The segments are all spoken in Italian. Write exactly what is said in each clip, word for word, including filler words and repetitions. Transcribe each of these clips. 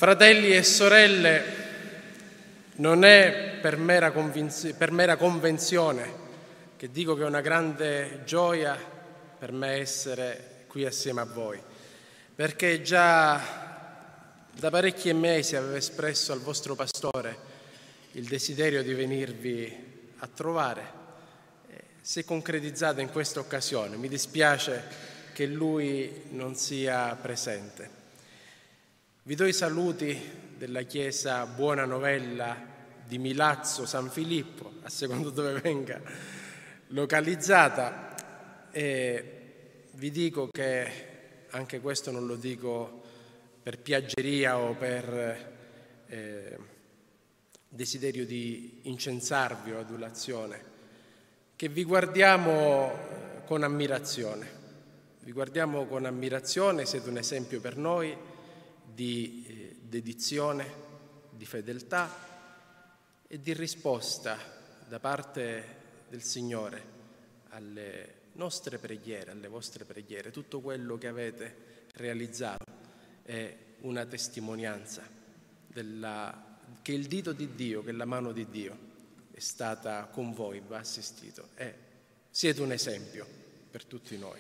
Fratelli e sorelle, non è per mera, convinz- per mera convenzione che dico che è una grande gioia per me essere qui assieme a voi, perché già da parecchi mesi avevo espresso al vostro pastore il desiderio di venirvi a trovare. Si è concretizzata in questa occasione. Mi dispiace che lui non sia presente. Vi do i saluti della chiesa Buona Novella di Milazzo San Filippo, a secondo dove venga localizzata, e vi dico che anche questo non lo dico per piaggeria o per eh, desiderio di incensarvi o adulazione, che vi guardiamo con ammirazione. Vi guardiamo con ammirazione, siete un esempio per noi di eh, dedizione, di fedeltà e di risposta da parte del Signore alle nostre preghiere, alle vostre preghiere. Tutto quello che avete realizzato è una testimonianza della, che il dito di Dio, che la mano di Dio è stata con voi, vi ha assistito, e siete un esempio per tutti noi.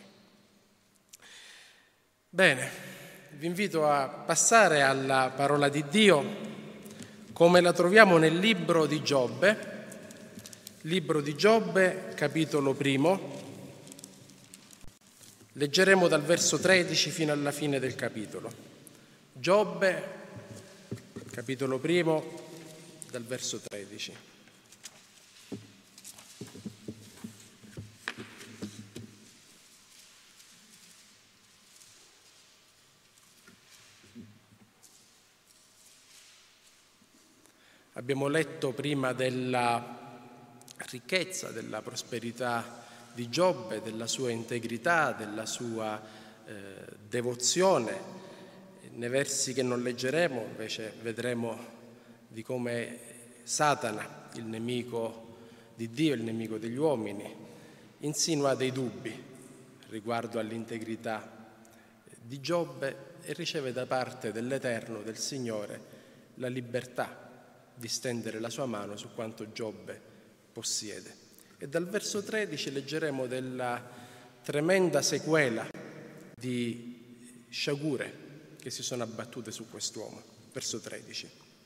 Bene. Vi invito a passare alla parola di Dio come la troviamo nel libro di Giobbe, libro di Giobbe, capitolo primo. Leggeremo dal verso tredici fino alla fine del capitolo. Giobbe, capitolo primo, dal verso tredici. Abbiamo letto prima della ricchezza, della prosperità di Giobbe, della sua integrità, della sua eh, devozione. Nei versi che non leggeremo invece vedremo di come Satana, il nemico di Dio, il nemico degli uomini, insinua dei dubbi riguardo all'integrità di Giobbe e riceve da parte dell'Eterno, del Signore, la libertà di stendere la sua mano su quanto Giobbe possiede. E dal verso tredici leggeremo della tremenda sequela di sciagure che si sono abbattute su quest'uomo. Verso tredici.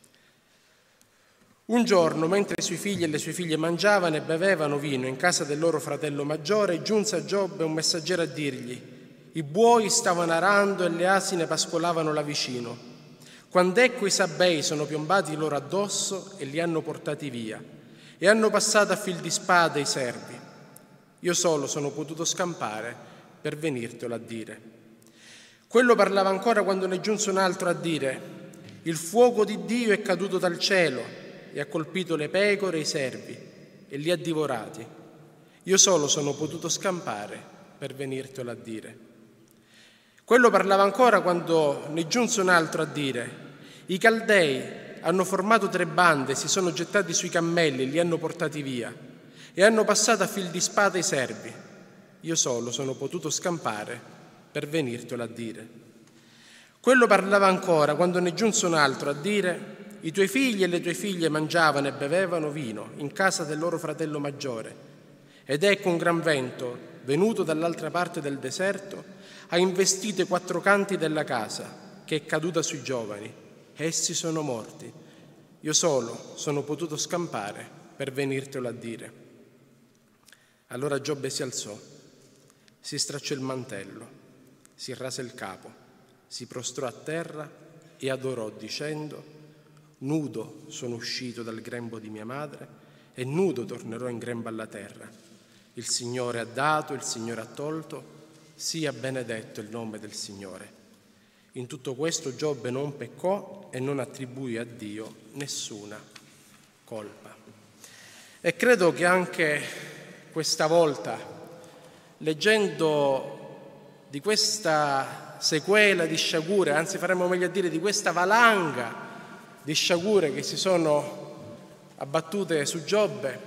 Un giorno, mentre i suoi figli e le sue figlie mangiavano e bevevano vino in casa del loro fratello maggiore, giunse a Giobbe un messaggero a dirgli: i buoi stavano arando e le asine pascolavano là vicino. Quando ecco i sabbei sono piombati loro addosso e li hanno portati via, e hanno passato a fil di spada i servi. Io solo sono potuto scampare per venirtelo a dire. Quello parlava ancora quando ne giunse un altro a dire: il fuoco di Dio è caduto dal cielo e ha colpito le pecore e i servi e li ha divorati. Io solo sono potuto scampare per venirtelo a dire. Quello parlava ancora quando ne giunse un altro a dire: i Caldei hanno formato tre bande, si sono gettati sui cammelli e li hanno portati via, e hanno passato a fil di spada i servi. Io solo sono potuto scampare per venirtelo a dire. Quello parlava ancora quando ne giunse un altro a dire: i tuoi figli e le tue figlie mangiavano e bevevano vino in casa del loro fratello maggiore. Ed ecco un gran vento, venuto dall'altra parte del deserto, ha investito i quattro canti della casa, che è caduta sui giovani. Essi sono morti. Io solo sono potuto scampare per venirtelo a dire. Allora Giobbe si alzò, si stracciò il mantello, si rase il capo, si prostrò a terra e adorò dicendo: nudo sono uscito dal grembo di mia madre e nudo tornerò in grembo alla terra. Il Signore ha dato, il Signore ha tolto, sia benedetto il nome del Signore. In tutto questo Giobbe non peccò e non attribuì a Dio nessuna colpa. E credo che anche questa volta, leggendo di questa sequela di sciagure, anzi faremmo meglio a dire di questa valanga di sciagure che si sono abbattute su Giobbe,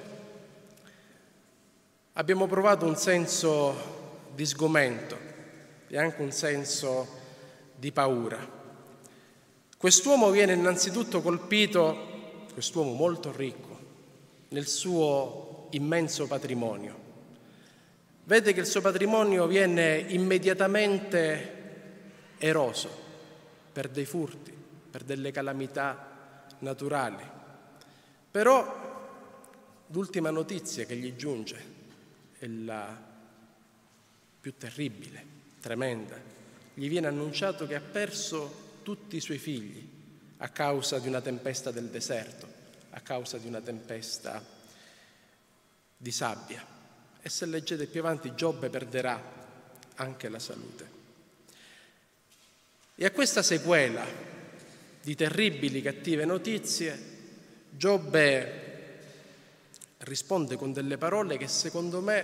abbiamo provato un senso di sgomento e anche un senso di paura. Quest'uomo viene innanzitutto colpito, quest'uomo molto ricco, nel suo immenso patrimonio. Vede che il suo patrimonio viene immediatamente eroso per dei furti, per delle calamità naturali. Però l'ultima notizia che gli giunge è la più terribile, tremenda. Gli viene annunciato che ha perso tutti i suoi figli a causa di una tempesta del deserto, a causa di una tempesta di sabbia. E se leggete più avanti, Giobbe perderà anche la salute. E a questa sequela di terribili, cattive notizie, Giobbe risponde con delle parole che secondo me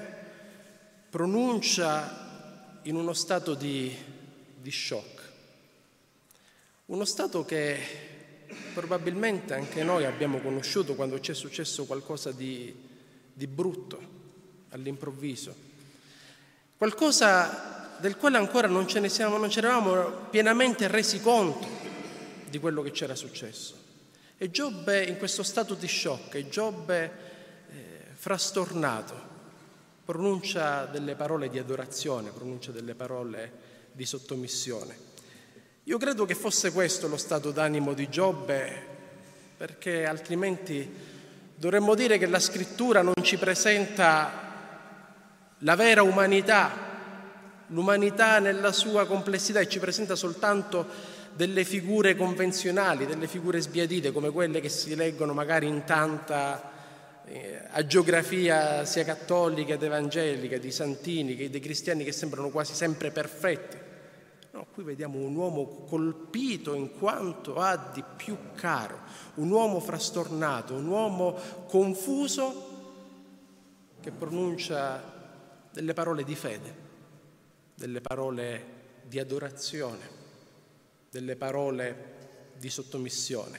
pronuncia in uno stato di, di shock. Uno stato che probabilmente anche noi abbiamo conosciuto quando ci è successo qualcosa di, di brutto, all'improvviso. Qualcosa del quale ancora non ce ne siamo, non ci eravamo pienamente resi conto di quello che c'era successo. E Giobbe in questo stato di shock, e Giobbe eh, frastornato, pronuncia delle parole di adorazione, pronuncia delle parole di sottomissione. Io credo che fosse questo lo stato d'animo di Giobbe, perché altrimenti dovremmo dire che la scrittura non ci presenta la vera umanità, l'umanità nella sua complessità, e ci presenta soltanto delle figure convenzionali, delle figure sbiadite come quelle che si leggono magari in tanta eh, agiografia sia cattolica ed evangelica, di santini, che dei cristiani che sembrano quasi sempre perfetti. No, qui vediamo un uomo colpito in quanto ha di più caro, un uomo frastornato, un uomo confuso che pronuncia delle parole di fede, delle parole di adorazione, delle parole di sottomissione.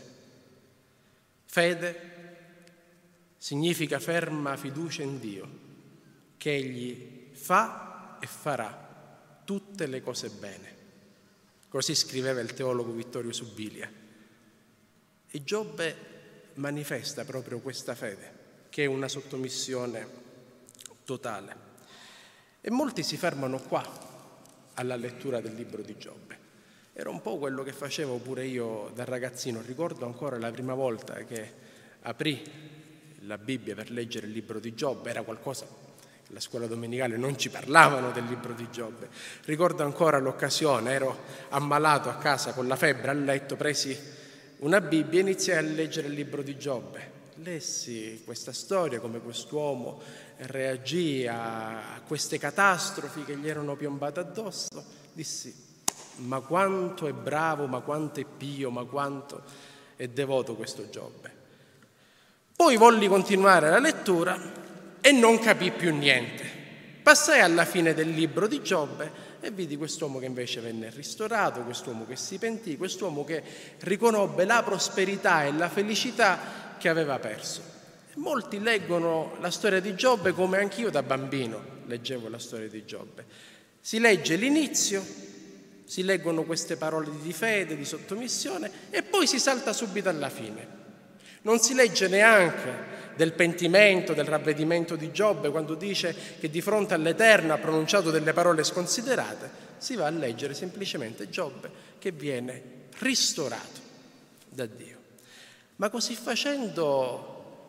Fede significa ferma fiducia in Dio, che Egli fa e farà tutte le cose bene. Così scriveva il teologo Vittorio Subilia. E Giobbe manifesta proprio questa fede, che è una sottomissione totale. E molti si fermano qua, alla lettura del libro di Giobbe. Era un po' quello che facevo pure io da ragazzino. Ricordo ancora la prima volta che aprì la Bibbia per leggere il libro di Giobbe. Era qualcosa... La scuola domenicale non ci parlavano del libro di Giobbe. Ricordo ancora l'occasione, ero ammalato a casa con la febbre a letto, presi una Bibbia e iniziai a leggere il libro di Giobbe. Lessi questa storia, come quest'uomo reagì a queste catastrofi che gli erano piombate addosso. Dissi, ma quanto è bravo, ma quanto è pio, ma quanto è devoto questo Giobbe. Poi volli continuare la lettura e non capì più niente. Passai alla fine del libro di Giobbe e vidi quest'uomo che invece venne ristorato, quest'uomo che si pentì, quest'uomo che riconobbe la prosperità e la felicità che aveva perso. E molti leggono la storia di Giobbe come anch'io da bambino leggevo la storia di Giobbe. Si legge l'inizio, si leggono queste parole di fede, di sottomissione e poi si salta subito alla fine. Non si legge neanche del pentimento, del ravvedimento di Giobbe, quando dice che di fronte all'Eterno ha pronunciato delle parole sconsiderate. Si va a leggere semplicemente Giobbe che viene ristorato da Dio. Ma così facendo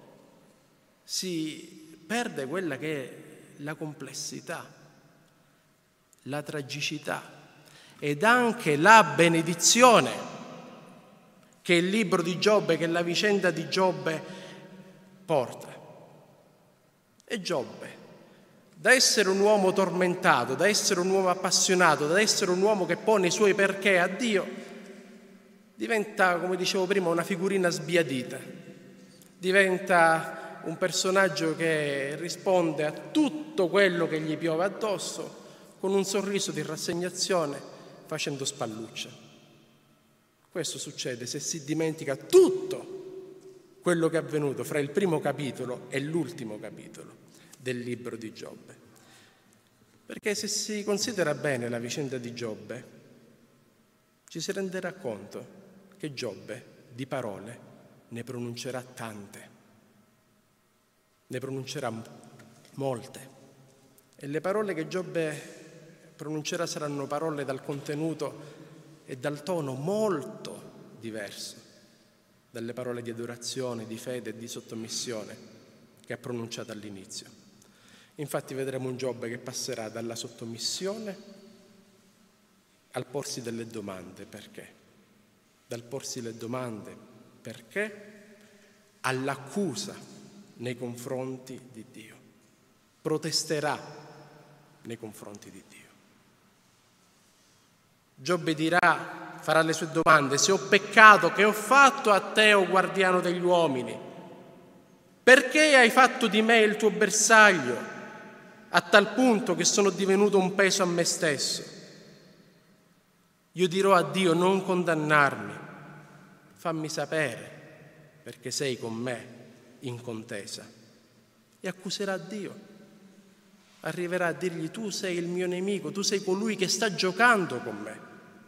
si perde quella che è la complessità, la tragicità ed anche la benedizione che il libro di Giobbe, che la vicenda di Giobbe porta. E Giobbe, da essere un uomo tormentato, da essere un uomo appassionato, da essere un uomo che pone i suoi perché a Dio, diventa, come dicevo prima, una figurina sbiadita, diventa un personaggio che risponde a tutto quello che gli piove addosso con un sorriso di rassegnazione, facendo spallucce. Questo succede se si dimentica tutto quello che è avvenuto fra il primo capitolo e l'ultimo capitolo del libro di Giobbe. Perché se si considera bene la vicenda di Giobbe, ci si renderà conto che Giobbe di parole ne pronuncerà tante, ne pronuncerà molte. E le parole che Giobbe pronuncerà saranno parole dal contenuto e dal tono molto diverso dalle parole di adorazione, di fede e di sottomissione che ha pronunciato all'inizio. Infatti vedremo un Giobbe che passerà dalla sottomissione al porsi delle domande, perché? Dal porsi le domande, perché? All'accusa nei confronti di Dio. Protesterà nei confronti di Dio. Giobbe dirà, farà le sue domande: se ho peccato, che ho fatto a te, o guardiano degli uomini? Perché hai fatto di me il tuo bersaglio, a tal punto che sono divenuto un peso a me stesso? Io dirò a Dio: non condannarmi, fammi sapere, perché sei con me in contesa. E accuserà Dio. Arriverà a dirgli: tu sei il mio nemico, tu sei colui che sta giocando con me.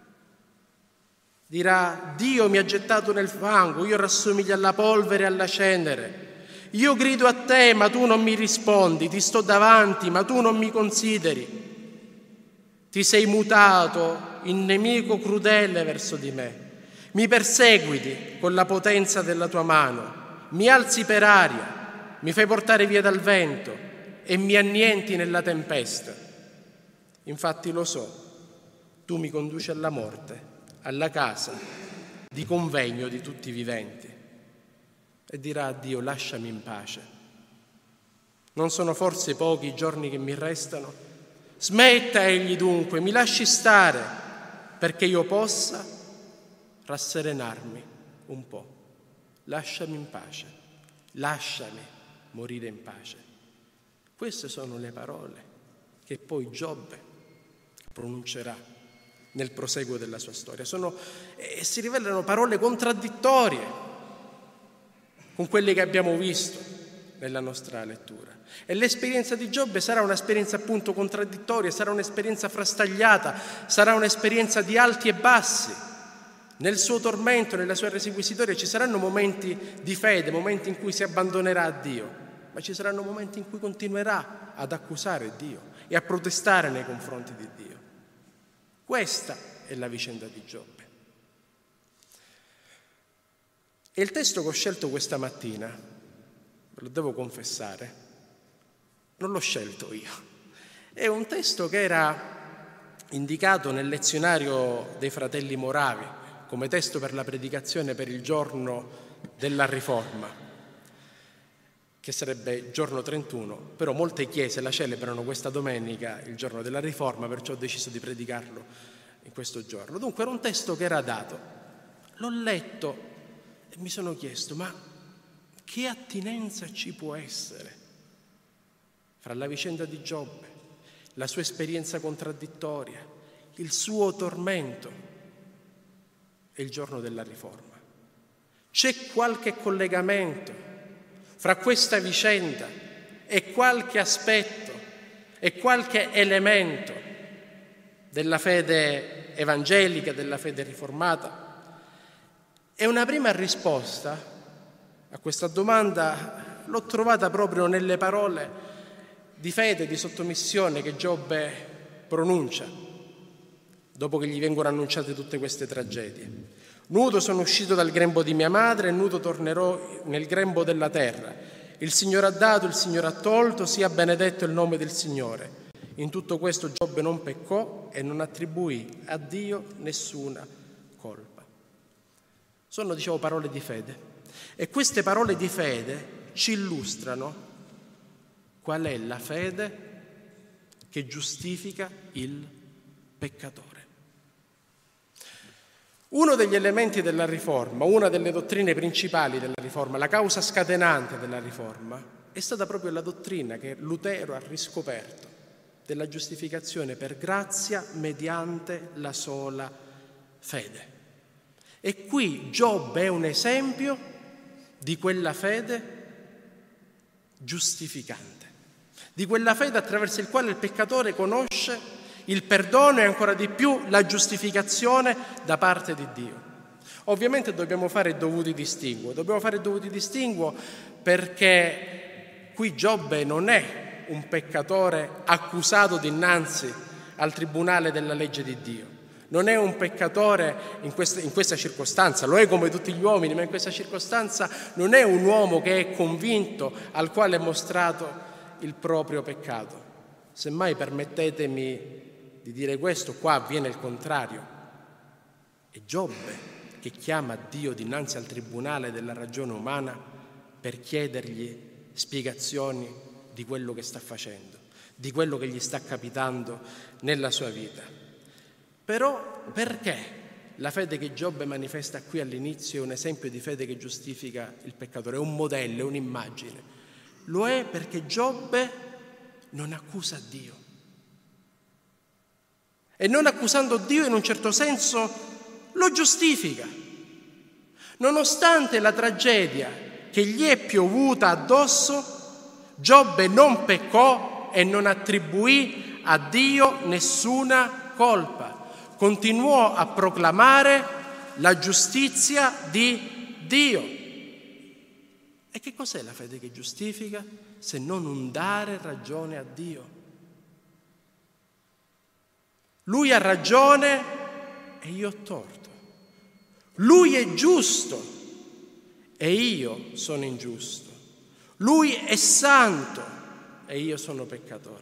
Dirà: Dio mi ha gettato nel fango, io rassomiglio alla polvere e alla cenere. Io grido a te, ma tu non mi rispondi, ti sto davanti, ma tu non mi consideri. Ti sei mutato in nemico crudele verso di me. Mi perseguiti con la potenza della tua mano, mi alzi per aria, mi fai portare via dal vento e mi annienti nella tempesta. Infatti lo so, tu mi conduci alla morte, alla casa di convegno di tutti i viventi. E dirà a Dio: lasciami in pace. Non sono forse pochi i giorni che mi restano? Smetta egli dunque, mi lasci stare, perché io possa rasserenarmi un po'. Lasciami in pace, lasciami morire in pace. Queste sono le parole che poi Giobbe pronuncerà nel proseguo della sua storia. Sono, e si rivelano parole contraddittorie con quelle che abbiamo visto nella nostra lettura. E l'esperienza di Giobbe sarà un'esperienza appunto contraddittoria, sarà un'esperienza frastagliata, sarà un'esperienza di alti e bassi. Nel suo tormento, nella sua resequisitoria ci saranno momenti di fede, momenti in cui si abbandonerà a Dio, ma ci saranno momenti in cui continuerà ad accusare Dio e a protestare nei confronti di Dio. Questa è la vicenda di Giobbe. E il testo che ho scelto questa mattina, ve lo devo confessare, non l'ho scelto io. È un testo che era indicato nel lezionario dei fratelli Moravi come testo per la predicazione per il giorno della Riforma, che sarebbe giorno trentuno, però molte chiese la celebrano questa domenica, il giorno della Riforma, perciò ho deciso di predicarlo in questo giorno. Dunque era un testo che era dato. L'ho letto e mi sono chiesto: ma che attinenza ci può essere fra la vicenda di Giobbe, la sua esperienza contraddittoria, il suo tormento e il giorno della Riforma? C'è qualche collegamento fra questa vicenda e qualche aspetto e qualche elemento della fede evangelica, della fede riformata? E una prima risposta a questa domanda l'ho trovata proprio nelle parole di fede e di sottomissione che Giobbe pronuncia dopo che gli vengono annunciate tutte queste tragedie. Nudo sono uscito dal grembo di mia madre e nudo tornerò nel grembo della terra. Il Signore ha dato, il Signore ha tolto, sia benedetto il nome del Signore. In tutto questo Giobbe non peccò e non attribuì a Dio nessuna colpa. Sono, dicevo, parole di fede. E queste parole di fede ci illustrano qual è la fede che giustifica il peccatore. Uno degli elementi della Riforma, una delle dottrine principali della Riforma, la causa scatenante della Riforma, è stata proprio la dottrina che Lutero ha riscoperto della giustificazione per grazia mediante la sola fede. E qui Giobbe è un esempio di quella fede giustificante, di quella fede attraverso il quale il peccatore conosce il perdono e ancora di più la giustificazione da parte di Dio. Ovviamente dobbiamo fare dovuti distinguo, dobbiamo fare dovuti distinguo perché qui Giobbe non è un peccatore accusato dinanzi al tribunale della legge di Dio. Non è un peccatore in questa, in questa circostanza, lo è come tutti gli uomini, ma in questa circostanza non è un uomo che è convinto, al quale è mostrato il proprio peccato. Semmai permettetemi di dire questo, qua avviene il contrario. È Giobbe che chiama Dio dinanzi al tribunale della ragione umana per chiedergli spiegazioni di quello che sta facendo, di quello che gli sta capitando nella sua vita. Però perché la fede che Giobbe manifesta qui all'inizio è un esempio di fede che giustifica il peccatore, è un modello, è un'immagine? Lo è perché Giobbe non accusa Dio. E non accusando Dio in un certo senso lo giustifica. Nonostante la tragedia che gli è piovuta addosso, Giobbe non peccò e non attribuì a Dio nessuna colpa. Continuò a proclamare la giustizia di Dio. E che cos'è la fede che giustifica se non un dare ragione a Dio? Lui ha ragione e io ho torto. Lui è giusto e io sono ingiusto. Lui è santo e io sono peccatore.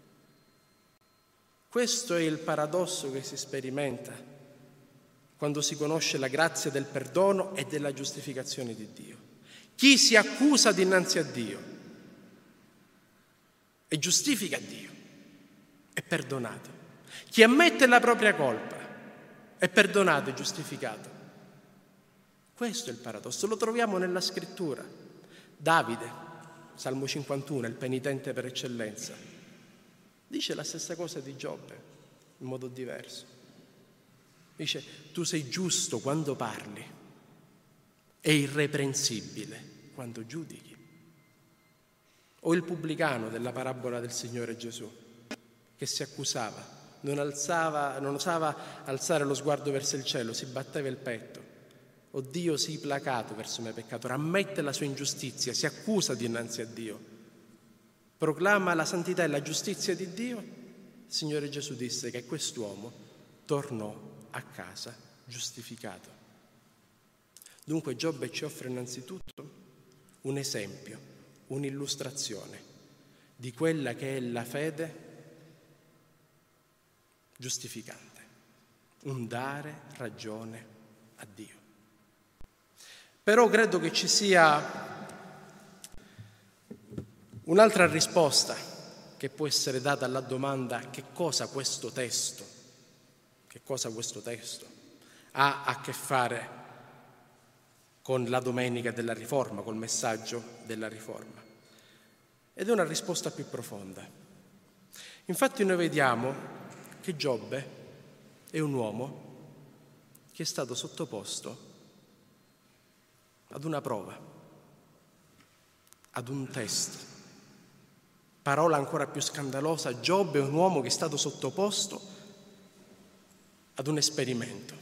Questo è il paradosso che si sperimenta quando si conosce la grazia del perdono e della giustificazione di Dio. Chi si accusa dinanzi a Dio e giustifica Dio è perdonato. Chi ammette la propria colpa è perdonato e giustificato. Questo è il paradosso, lo troviamo nella scrittura. Davide, Salmo cinquantuno, il penitente per eccellenza, dice la stessa cosa di Giobbe, in modo diverso. Dice, tu sei giusto quando parli e irreprensibile quando giudichi. O il pubblicano della parabola del Signore Gesù, che si accusava, non, alzava, non osava alzare lo sguardo verso il cielo, si batteva il petto. O Dio, sii placato verso il mio peccatore, ammette la sua ingiustizia, si accusa dinanzi a Dio. Proclama la santità e la giustizia di Dio. Il Signore Gesù disse che quest'uomo tornò a casa giustificato. Dunque Giobbe ci offre innanzitutto un esempio, un'illustrazione di quella che è la fede giustificante, un dare ragione a Dio. Però credo che ci sia un'altra risposta che può essere data alla domanda che cosa questo testo, che cosa questo testo ha a che fare con la domenica della Riforma, col messaggio della Riforma. Ed è una risposta più profonda. Infatti noi vediamo che Giobbe è un uomo che è stato sottoposto ad una prova, ad un test. Parola ancora più scandalosa, Giobbe è un uomo che è stato sottoposto ad un esperimento.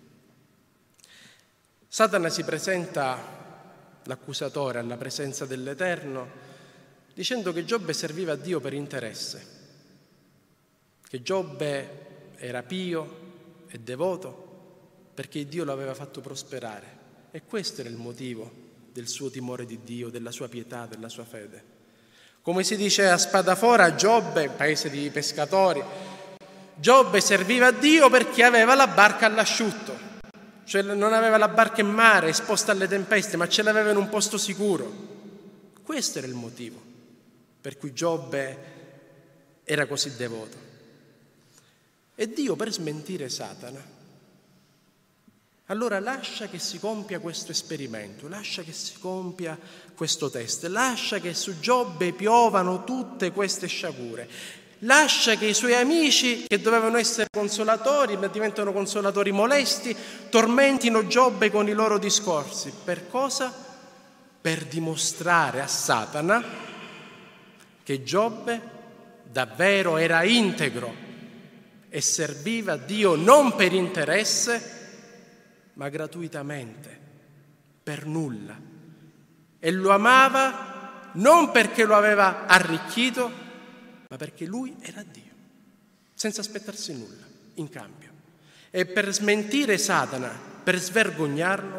Satana si presenta, l'accusatore, alla presenza dell'Eterno, dicendo che Giobbe serviva a Dio per interesse, che Giobbe era pio e devoto perché Dio lo aveva fatto prosperare. E questo era il motivo del suo timore di Dio, della sua pietà, della sua fede. Come si dice a Spadafora, Giobbe, paese di pescatori, Giobbe serviva a Dio perché aveva la barca all'asciutto, cioè non aveva la barca in mare, esposta alle tempeste, ma ce l'aveva in un posto sicuro. Questo era il motivo per cui Giobbe era così devoto. E Dio, per smentire Satana, allora lascia che si compia questo esperimento, lascia che si compia questo test, lascia che su Giobbe piovano tutte queste sciagure, lascia che i suoi amici, che dovevano essere consolatori, ma diventano consolatori molesti, tormentino Giobbe con i loro discorsi. Per cosa? Per dimostrare a Satana che Giobbe davvero era integro e serviva a Dio non per interesse, ma gratuitamente, per nulla. E lo amava non perché lo aveva arricchito, ma perché lui era Dio, senza aspettarsi nulla in cambio. E per smentire Satana, per svergognarlo,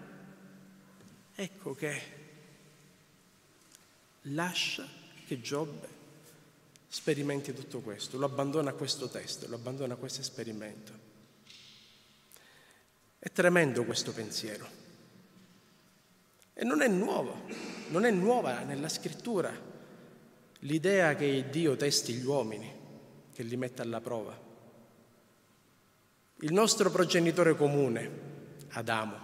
ecco che lascia che Giobbe sperimenti tutto questo, lo abbandona a questo testo, lo abbandona a questo esperimento. È tremendo questo pensiero. E non è nuovo, non è nuova nella scrittura l'idea che Dio testi gli uomini, che li metta alla prova. Il nostro progenitore comune, Adamo,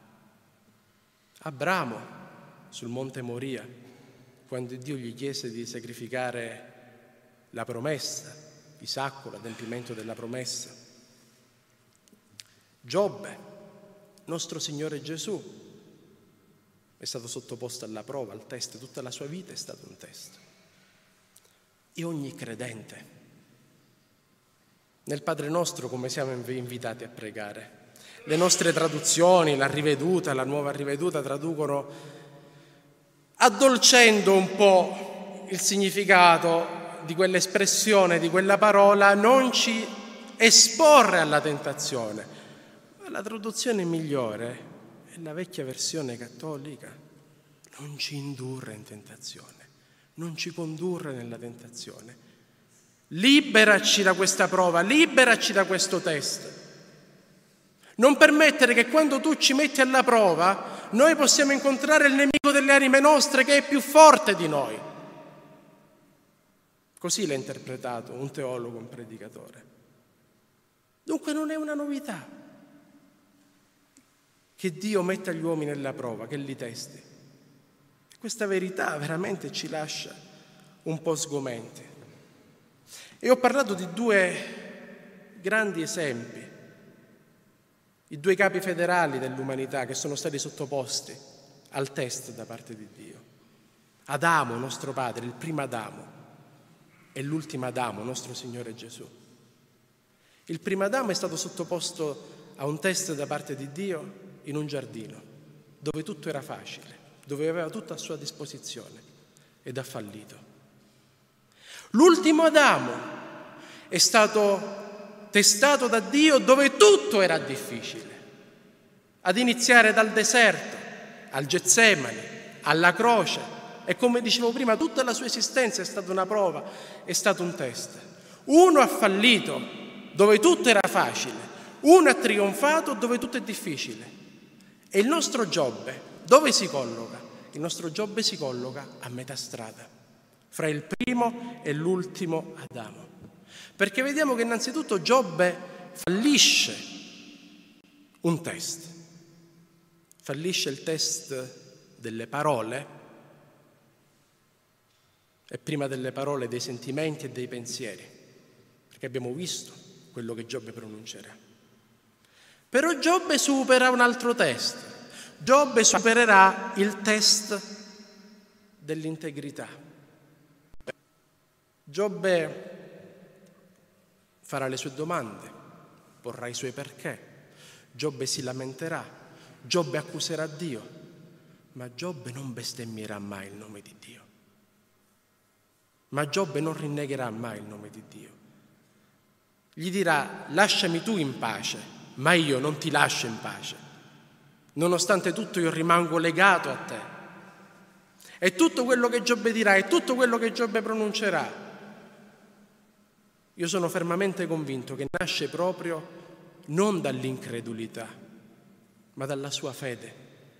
Abramo, sul monte Moria, quando Dio gli chiese di sacrificare la promessa, Isacco, l'adempimento della promessa. Giobbe, nostro Signore Gesù, è stato sottoposto alla prova, al test, tutta la sua vita è stato un test. E ogni credente. Nel Padre Nostro come siamo invitati a pregare? Le nostre traduzioni, la riveduta, la nuova riveduta, traducono addolcendo un po' il significato di quell'espressione, di quella parola, non ci esporre alla tentazione. Ma la traduzione migliore è la vecchia versione cattolica, non ci indurre in tentazione, non ci condurre nella tentazione. Liberaci da questa prova, liberaci da questo test. Non permettere che quando tu ci metti alla prova noi possiamo incontrare il nemico delle anime nostre che è più forte di noi. Così l'ha interpretato un teologo, un predicatore. Dunque non è una novità che Dio metta gli uomini alla prova, che li testi. Questa verità veramente ci lascia un po' sgomenti. E ho parlato di due grandi esempi, i due capi federali dell'umanità che sono stati sottoposti al test da parte di Dio. Adamo, nostro padre, il primo Adamo, e l'ultimo Adamo, nostro Signore Gesù. Il primo Adamo è stato sottoposto a un test da parte di Dio in un giardino, dove tutto era facile, dove aveva tutto a sua disposizione, ed ha fallito. L'ultimo Adamo è stato testato da Dio dove tutto era difficile, ad iniziare dal deserto, al Getsemani, alla croce. E come dicevo prima, tutta la sua esistenza è stata una prova, è stato un test. Uno ha fallito dove tutto era facile, uno ha trionfato dove tutto è difficile. E il nostro Giobbe dove si colloca? Il nostro Giobbe si colloca a metà strada, fra il primo e l'ultimo Adamo. Perché vediamo che innanzitutto Giobbe fallisce un test. Fallisce il test delle parole, e prima delle parole dei sentimenti e dei pensieri, perché abbiamo visto quello che Giobbe pronuncerà. Però Giobbe supera un altro test. Giobbe supererà il test dell'integrità. Giobbe farà le sue domande, porrà i suoi perché. Giobbe si lamenterà, Giobbe accuserà Dio, ma Giobbe non bestemmierà mai il nome di Dio. Ma Giobbe non rinnegherà mai il nome di Dio. Gli dirà: lasciami tu in pace, ma io non ti lascio in pace. Nonostante tutto io rimango legato a te. E tutto quello che Giobbe dirà e tutto quello che Giobbe pronuncerà, io sono fermamente convinto che nasce proprio non dall'incredulità, ma dalla sua fede.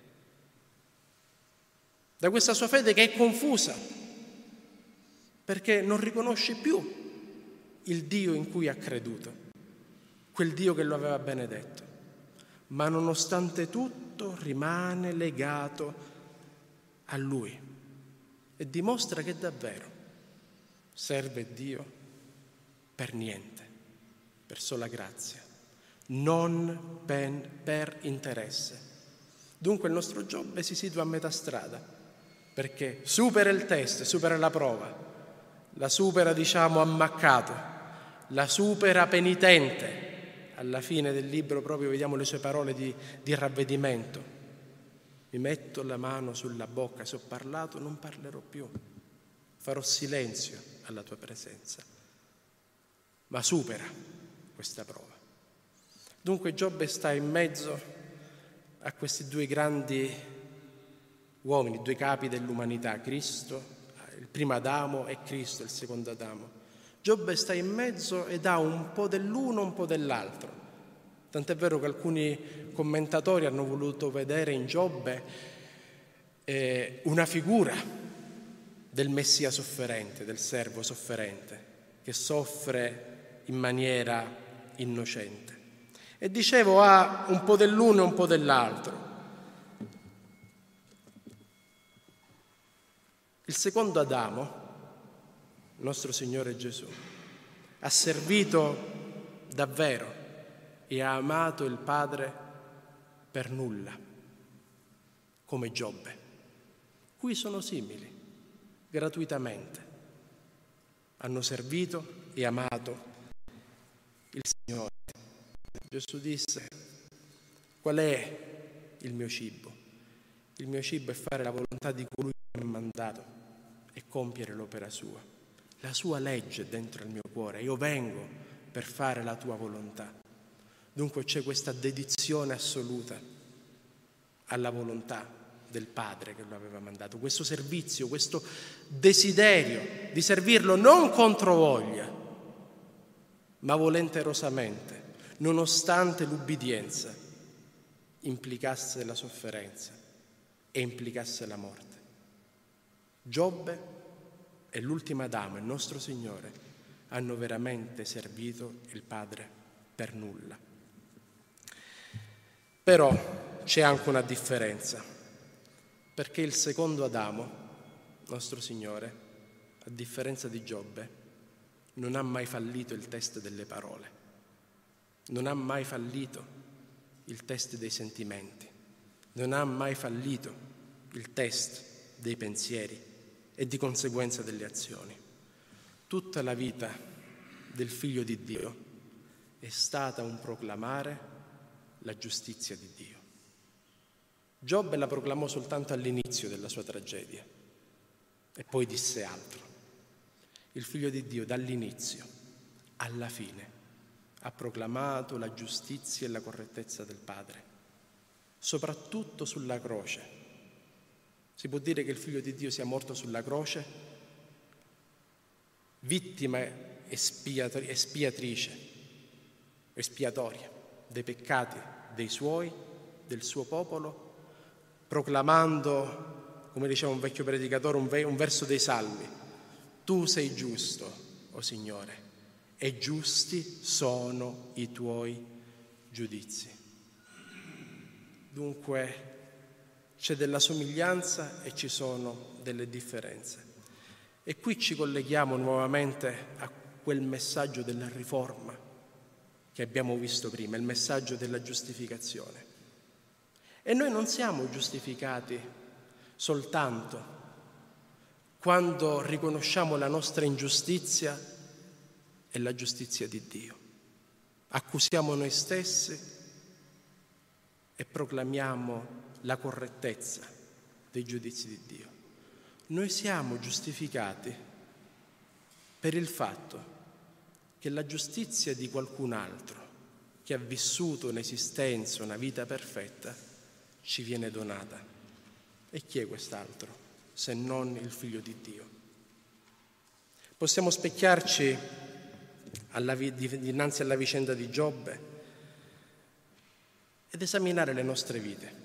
Da questa sua fede che è confusa, perché non riconosce più il Dio in cui ha creduto, quel Dio che lo aveva benedetto, ma nonostante tutto rimane legato a Lui e dimostra che davvero serve Dio per niente, per sola grazia, non per, per interesse. Dunque il nostro Giobbe si situa a metà strada, perché supera il test, supera la prova, la supera, diciamo, ammaccato, la supera penitente, alla fine del libro proprio vediamo le sue parole di, di ravvedimento. Mi metto la mano sulla bocca, se ho parlato non parlerò più, farò silenzio alla tua presenza. Ma supera questa prova. Dunque Giobbe sta in mezzo a questi due grandi uomini, due capi dell'umanità, Cristo, il primo Adamo, e Cristo, il secondo Adamo. Giobbe sta in mezzo ed ha un po' dell'uno, un po' dell'altro. Tant'è vero che alcuni commentatori hanno voluto vedere in Giobbe eh, una figura del Messia sofferente, del servo sofferente, che soffre in maniera innocente. E dicevo, ha un po' dell'uno e un po' dell'altro. Il secondo Adamo, nostro Signore Gesù, ha servito davvero e ha amato il Padre per nulla, come Giobbe. Qui sono simili, gratuitamente. Hanno servito e amato il Signore. Gesù disse: qual è il mio cibo? Il mio cibo è fare la volontà di colui che mi ha mandato e compiere l'opera sua. La sua legge è dentro il mio cuore, io vengo per fare la tua volontà. Dunque c'è questa dedizione assoluta alla volontà del Padre che lo aveva mandato, questo servizio, questo desiderio di servirlo non contro voglia, ma volenterosamente, nonostante l'ubbidienza implicasse la sofferenza e implicasse la morte. Giobbe e l'ultimo Adamo, il nostro Signore, hanno veramente servito il Padre per nulla. Però c'è anche una differenza, perché il secondo Adamo, nostro Signore, a differenza di Giobbe, non ha mai fallito il test delle parole, non ha mai fallito il test dei sentimenti, non ha mai fallito il test dei pensieri e di conseguenza delle azioni. Tutta la vita del Figlio di Dio è stata un proclamare la giustizia di Dio. Giobbe la proclamò soltanto all'inizio della sua tragedia e poi disse altro. Il Figlio di Dio dall'inizio alla fine ha proclamato la giustizia e la correttezza del Padre, soprattutto sulla croce. Si può dire che il Figlio di Dio sia morto sulla croce, vittima espiatrice, espiatoria dei peccati dei suoi, del suo popolo, proclamando, come diceva un vecchio predicatore, un, ve- un verso dei Salmi: tu sei giusto, o Signore, e giusti sono i tuoi giudizi. Dunque c'è della somiglianza e ci sono delle differenze. E qui ci colleghiamo nuovamente a quel messaggio della riforma che abbiamo visto prima, il messaggio della giustificazione. E noi non siamo giustificati soltanto quando riconosciamo la nostra ingiustizia e la giustizia di Dio. Accusiamo noi stessi e proclamiamo la correttezza dei giudizi di Dio. Noi siamo giustificati per il fatto che la giustizia di qualcun altro che ha vissuto un'esistenza, una vita perfetta, ci viene donata. E chi è quest'altro se non il Figlio di Dio? Possiamo specchiarci alla, dinanzi alla vicenda di Giobbe ed esaminare le nostre vite.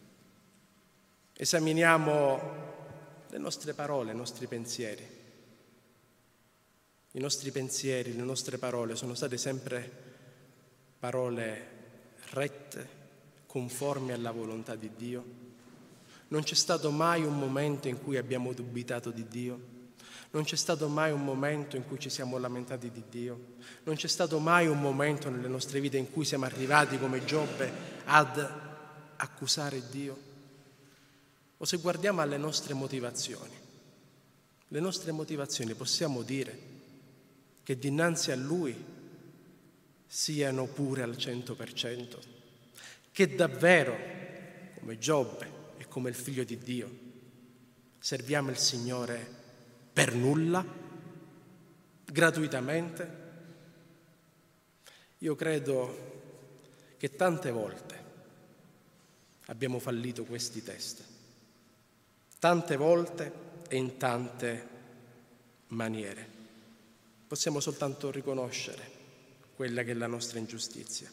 Esaminiamo le nostre parole, i nostri pensieri. I nostri pensieri, le nostre parole sono state sempre parole rette, conformi alla volontà di Dio. Non c'è stato mai un momento in cui abbiamo dubitato di Dio. Non c'è stato mai un momento in cui ci siamo lamentati di Dio. Non c'è stato mai un momento nelle nostre vite in cui siamo arrivati come Giobbe ad accusare Dio. O se guardiamo alle nostre motivazioni, le nostre motivazioni possiamo dire che dinanzi a Lui siano pure al cento per cento, che davvero, come Giobbe e come il Figlio di Dio, serviamo il Signore per nulla, gratuitamente? Io credo che tante volte abbiamo fallito questi test, tante volte e in tante maniere. Possiamo soltanto riconoscere quella che è la nostra ingiustizia.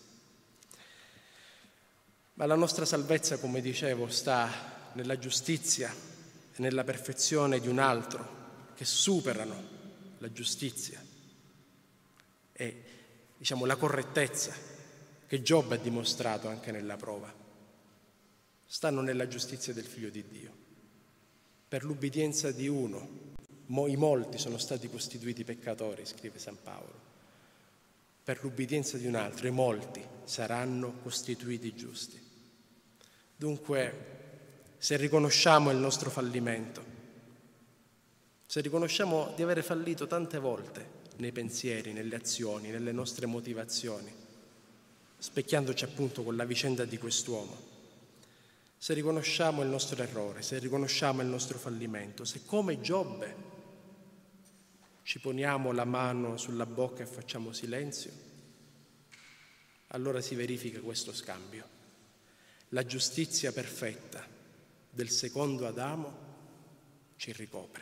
Ma la nostra salvezza, come dicevo, sta nella giustizia e nella perfezione di un altro che superano la giustizia e, diciamo, la correttezza che Giobbe ha dimostrato anche nella prova. Stanno nella giustizia del Figlio di Dio. Per l'ubbidienza di uno, i molti sono stati costituiti peccatori, scrive San Paolo. Per l'ubbidienza di un altro, i molti saranno costituiti giusti. Dunque, se riconosciamo il nostro fallimento, se riconosciamo di avere fallito tante volte nei pensieri, nelle azioni, nelle nostre motivazioni, specchiandoci appunto con la vicenda di quest'uomo, se riconosciamo il nostro errore, se riconosciamo il nostro fallimento, se come Giobbe ci poniamo la mano sulla bocca e facciamo silenzio, allora si verifica questo scambio. La giustizia perfetta del secondo Adamo ci ricopre.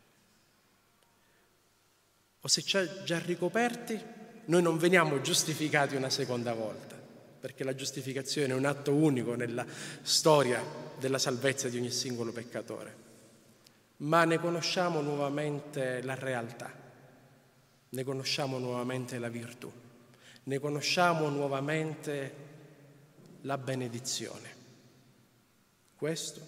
O se ci ha già ricoperti, noi non veniamo giustificati una seconda volta, perché la giustificazione è un atto unico nella storia della salvezza di ogni singolo peccatore. Ma ne conosciamo nuovamente la realtà, ne conosciamo nuovamente la virtù, ne conosciamo nuovamente la benedizione. Questo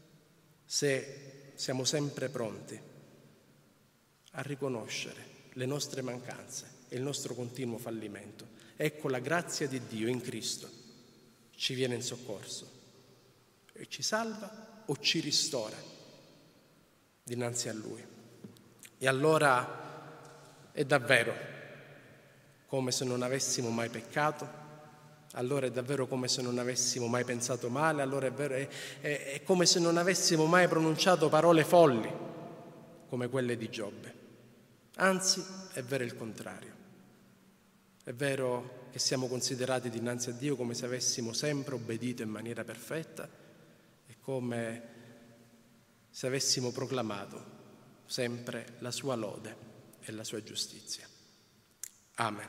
se siamo sempre pronti a riconoscere le nostre mancanze e il nostro continuo fallimento. Ecco la grazia di Dio in Cristo ci viene in soccorso e ci salva o ci ristora dinanzi a Lui. E allora è davvero come se non avessimo mai peccato, allora è davvero come se non avessimo mai pensato male, allora è, vero, è, è, è come se non avessimo mai pronunciato parole folli come quelle di Giobbe. Anzi, è vero il contrario. È vero che siamo considerati dinanzi a Dio come se avessimo sempre obbedito in maniera perfetta e come se avessimo proclamato sempre la sua lode e la sua giustizia. Amen.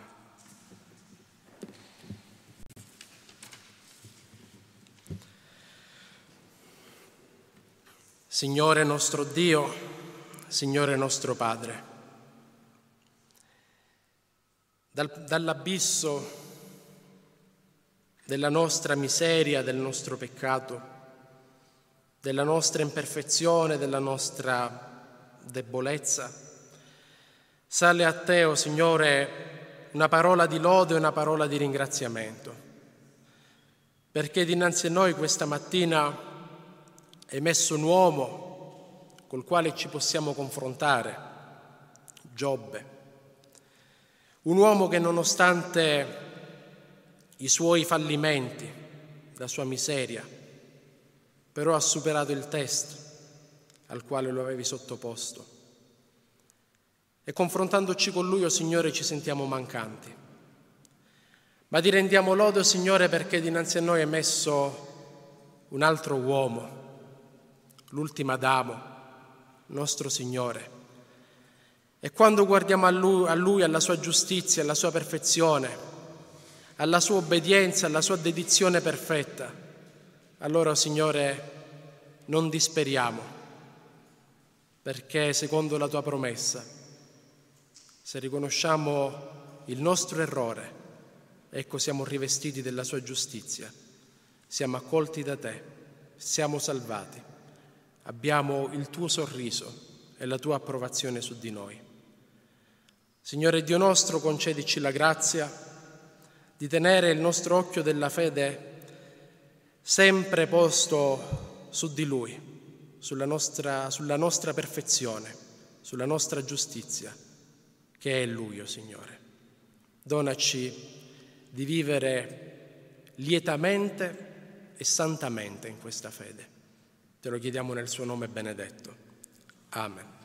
Signore nostro Dio, Signore nostro Padre, dal, dall'abisso della nostra miseria, del nostro peccato, della nostra imperfezione, della nostra debolezza, sale a te, o Signore, una parola di lode e una parola di ringraziamento, perché dinanzi a noi questa mattina hai messo un uomo col quale ci possiamo confrontare, Giobbe, un uomo che nonostante i suoi fallimenti, la sua miseria, però ha superato il test al quale lo avevi sottoposto. E confrontandoci con Lui, o Signore, ci sentiamo mancanti. Ma ti rendiamo lode, o Signore, perché dinanzi a noi hai messo un altro uomo, l'ultimo Adamo, nostro Signore. E quando guardiamo a Lui, a Lui, alla sua giustizia, alla sua perfezione, alla sua obbedienza, alla sua dedizione perfetta, allora, Signore, non disperiamo, perché secondo la tua promessa, se riconosciamo il nostro errore, ecco siamo rivestiti della sua giustizia, siamo accolti da te, siamo salvati, abbiamo il tuo sorriso e la tua approvazione su di noi. Signore Dio nostro, concedici la grazia di tenere il nostro occhio della fede sempre posto su di Lui, sulla nostra, sulla nostra perfezione, sulla nostra giustizia, che è Lui, o Signore. Donaci di vivere lietamente e santamente in questa fede. Te lo chiediamo nel suo nome benedetto. Amen.